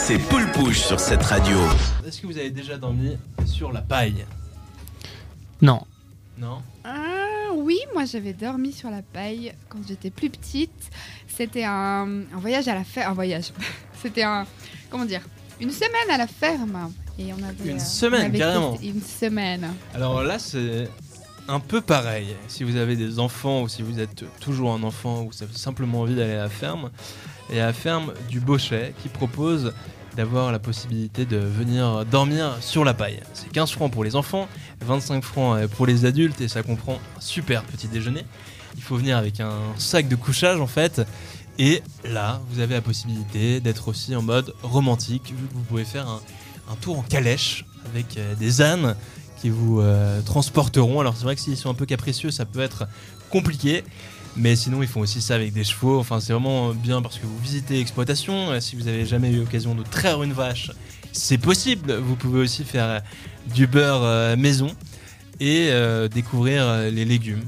C'est Poule Pouche sur cette radio. Est-ce que vous avez déjà dormi sur la paille? Non. Non? Oui, moi j'avais dormi sur la paille quand j'étais plus petite. C'était un voyage à la ferme. Un voyage. C'était une semaine à la ferme. Et on avait, Une semaine, carrément. Une semaine. Alors là, c'est un peu pareil. Si vous avez des enfants ou si vous êtes toujours un enfant ou vous avez simplement envie d'aller à la ferme, il y a la ferme du Bochet qui propose d'avoir la possibilité de venir dormir sur la paille. C'est 15 francs pour les enfants, 25 francs pour les adultes et ça comprend un super petit déjeuner. Il faut venir avec un sac de couchage en fait. Et là, vous avez la possibilité d'être aussi en mode romantique, vu que vous pouvez faire un tour en calèche avec des ânes qui vous transporteront. Alors c'est vrai que s'ils sont un peu capricieux, ça peut être compliqué. Mais sinon, ils font aussi ça avec des chevaux. Enfin, c'est vraiment bien parce que vous visitez l'exploitation. Si vous n'avez jamais eu l'occasion de traire une vache, c'est possible. Vous pouvez aussi faire du beurre maison et découvrir les légumes.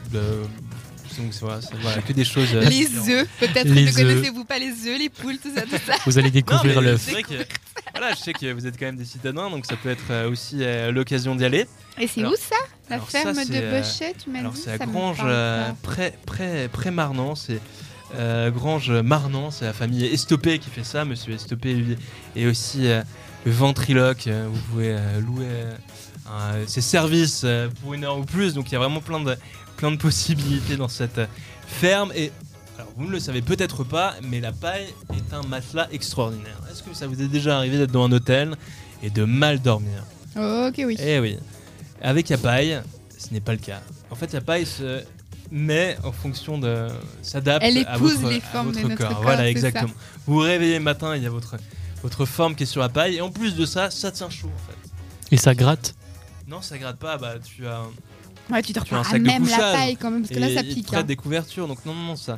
Donc voilà, que des choses. Les œufs, peut-être Les ne œufs. connaissez-vous pas les œufs, les poules, tout ça. Vous allez découvrir Non, mais l'œuf. c'est vrai que voilà, je sais que vous êtes quand même des citadins, donc ça peut être aussi l'occasion d'y aller. Et c'est Alors- où ça? La alors ça, ferme c'est, de Bochet, tu m'as Alors dit? c'est à Ça me Grange, parle près Marnan, c'est Grange Marnan, c'est la famille Estopé qui fait ça. Monsieur Estopé lui est aussi le ventriloque. Vous pouvez louer ses services pour 1 heure ou plus. Donc il y a vraiment plein de possibilités dans cette ferme. Et alors vous ne le savez peut-être pas, mais la paille est un matelas extraordinaire. Est-ce que ça vous est déjà arrivé d'être dans un hôtel et de mal dormir? pas. Ok, oui. Eh oui. Avec la paille, ce n'est pas le cas. En fait, la paille se met en fonction de... s'adapte Elle à épouse votre, les à formes votre de notre corps, Voilà, c'est exactement. ça. Vous vous réveillez le matin, il y a votre forme qui est sur la paille. Et en plus de ça, ça tient chaud, en fait. Et ça gratte. Non, ça gratte pas. Bah, tu as Ouais, tu dors Tu as un pas à sac de même la couchage. paille quand même, parce que là ça il te pique. prête Hein. des couvertures. Donc non, ça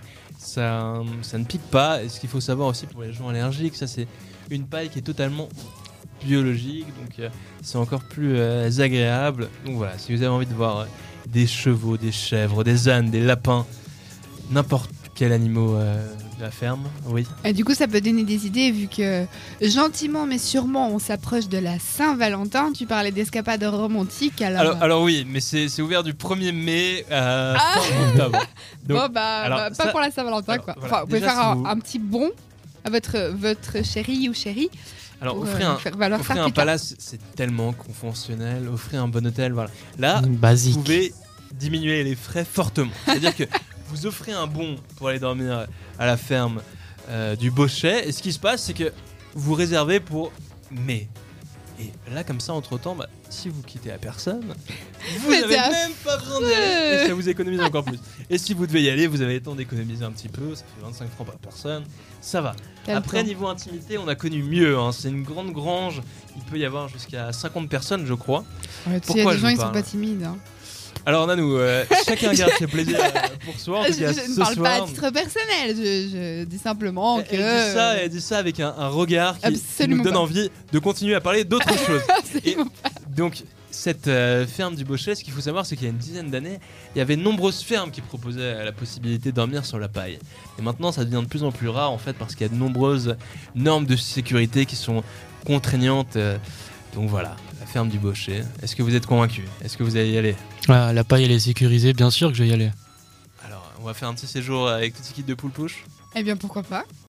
ne pique pas. Et ce qu'il faut savoir aussi pour les gens allergiques, ça c'est une paille qui est totalement biologique. Donc c'est encore plus agréable. Donc voilà, si vous avez envie de voir des chevaux, des chèvres, des ânes, des lapins, n'importe quel animal de la ferme, oui. Et du coup, ça peut donner des idées, vu que gentiment mais sûrement on s'approche de la Saint-Valentin. Tu parlais d'escapade romantique, Alors oui, mais c'est ouvert du 1er mai à fin octobre. Donc, bon, alors, pas ça- pour la Saint-Valentin, alors, quoi. voilà, Enfin, vous pouvez déjà, faire si vous- un petit bon à votre chéri ou chérie. alors pour, offrir faire valoir ça offrir un plus tard. palace, c'est tellement conventionnel. Offrir un bon hôtel, voilà. Là, Basique. vous pouvez diminuer les frais fortement. C'est-à-dire que vous offrez un bon pour aller dormir à la ferme du Bochet, et ce qui se passe, c'est que vous réservez pour mai. Et là, comme ça, entre-temps, si vous quittez la personne, vous Mais n'avez t'es même pas besoin d'y aller, et ça vous économise encore plus. Et si vous devez y aller, vous avez le temps d'économiser un petit peu, ça fait 25 francs par personne, ça va. T'as le Après, temps. niveau intimité, on a connu mieux, hein. C'est une grande grange, il peut y avoir jusqu'à 50 personnes, je crois. Ouais, tu sais, il y pourquoi a des je gens, vous ils sont parle pas timides. Hein. Alors Nanou, chacun garde ses plaisirs pour soi. En tout cas, Je ce ne parle soir, pas à titre personnel, je dis simplement que. elle dit ça avec un regard qui Absolument nous donne pas. envie de continuer à parler d'autres choses. Et Absolument pas. donc, cette ferme du Bochet, ce qu'il faut savoir, c'est qu'il y a une dizaine d'années, il y avait de nombreuses fermes qui proposaient la possibilité de dormir sur la paille. Et maintenant, ça devient de plus en plus rare, en fait, parce qu'il y a de nombreuses normes de sécurité qui sont contraignantes. Donc voilà, la ferme du Bochet. Est-ce que vous êtes convaincus? Est-ce que vous allez y aller? Ah, la paille, elle est sécurisée, bien sûr que je vais y aller. Alors, on va faire un petit séjour avec toute l'équipe de Poule Pouche. Eh bien, pourquoi pas.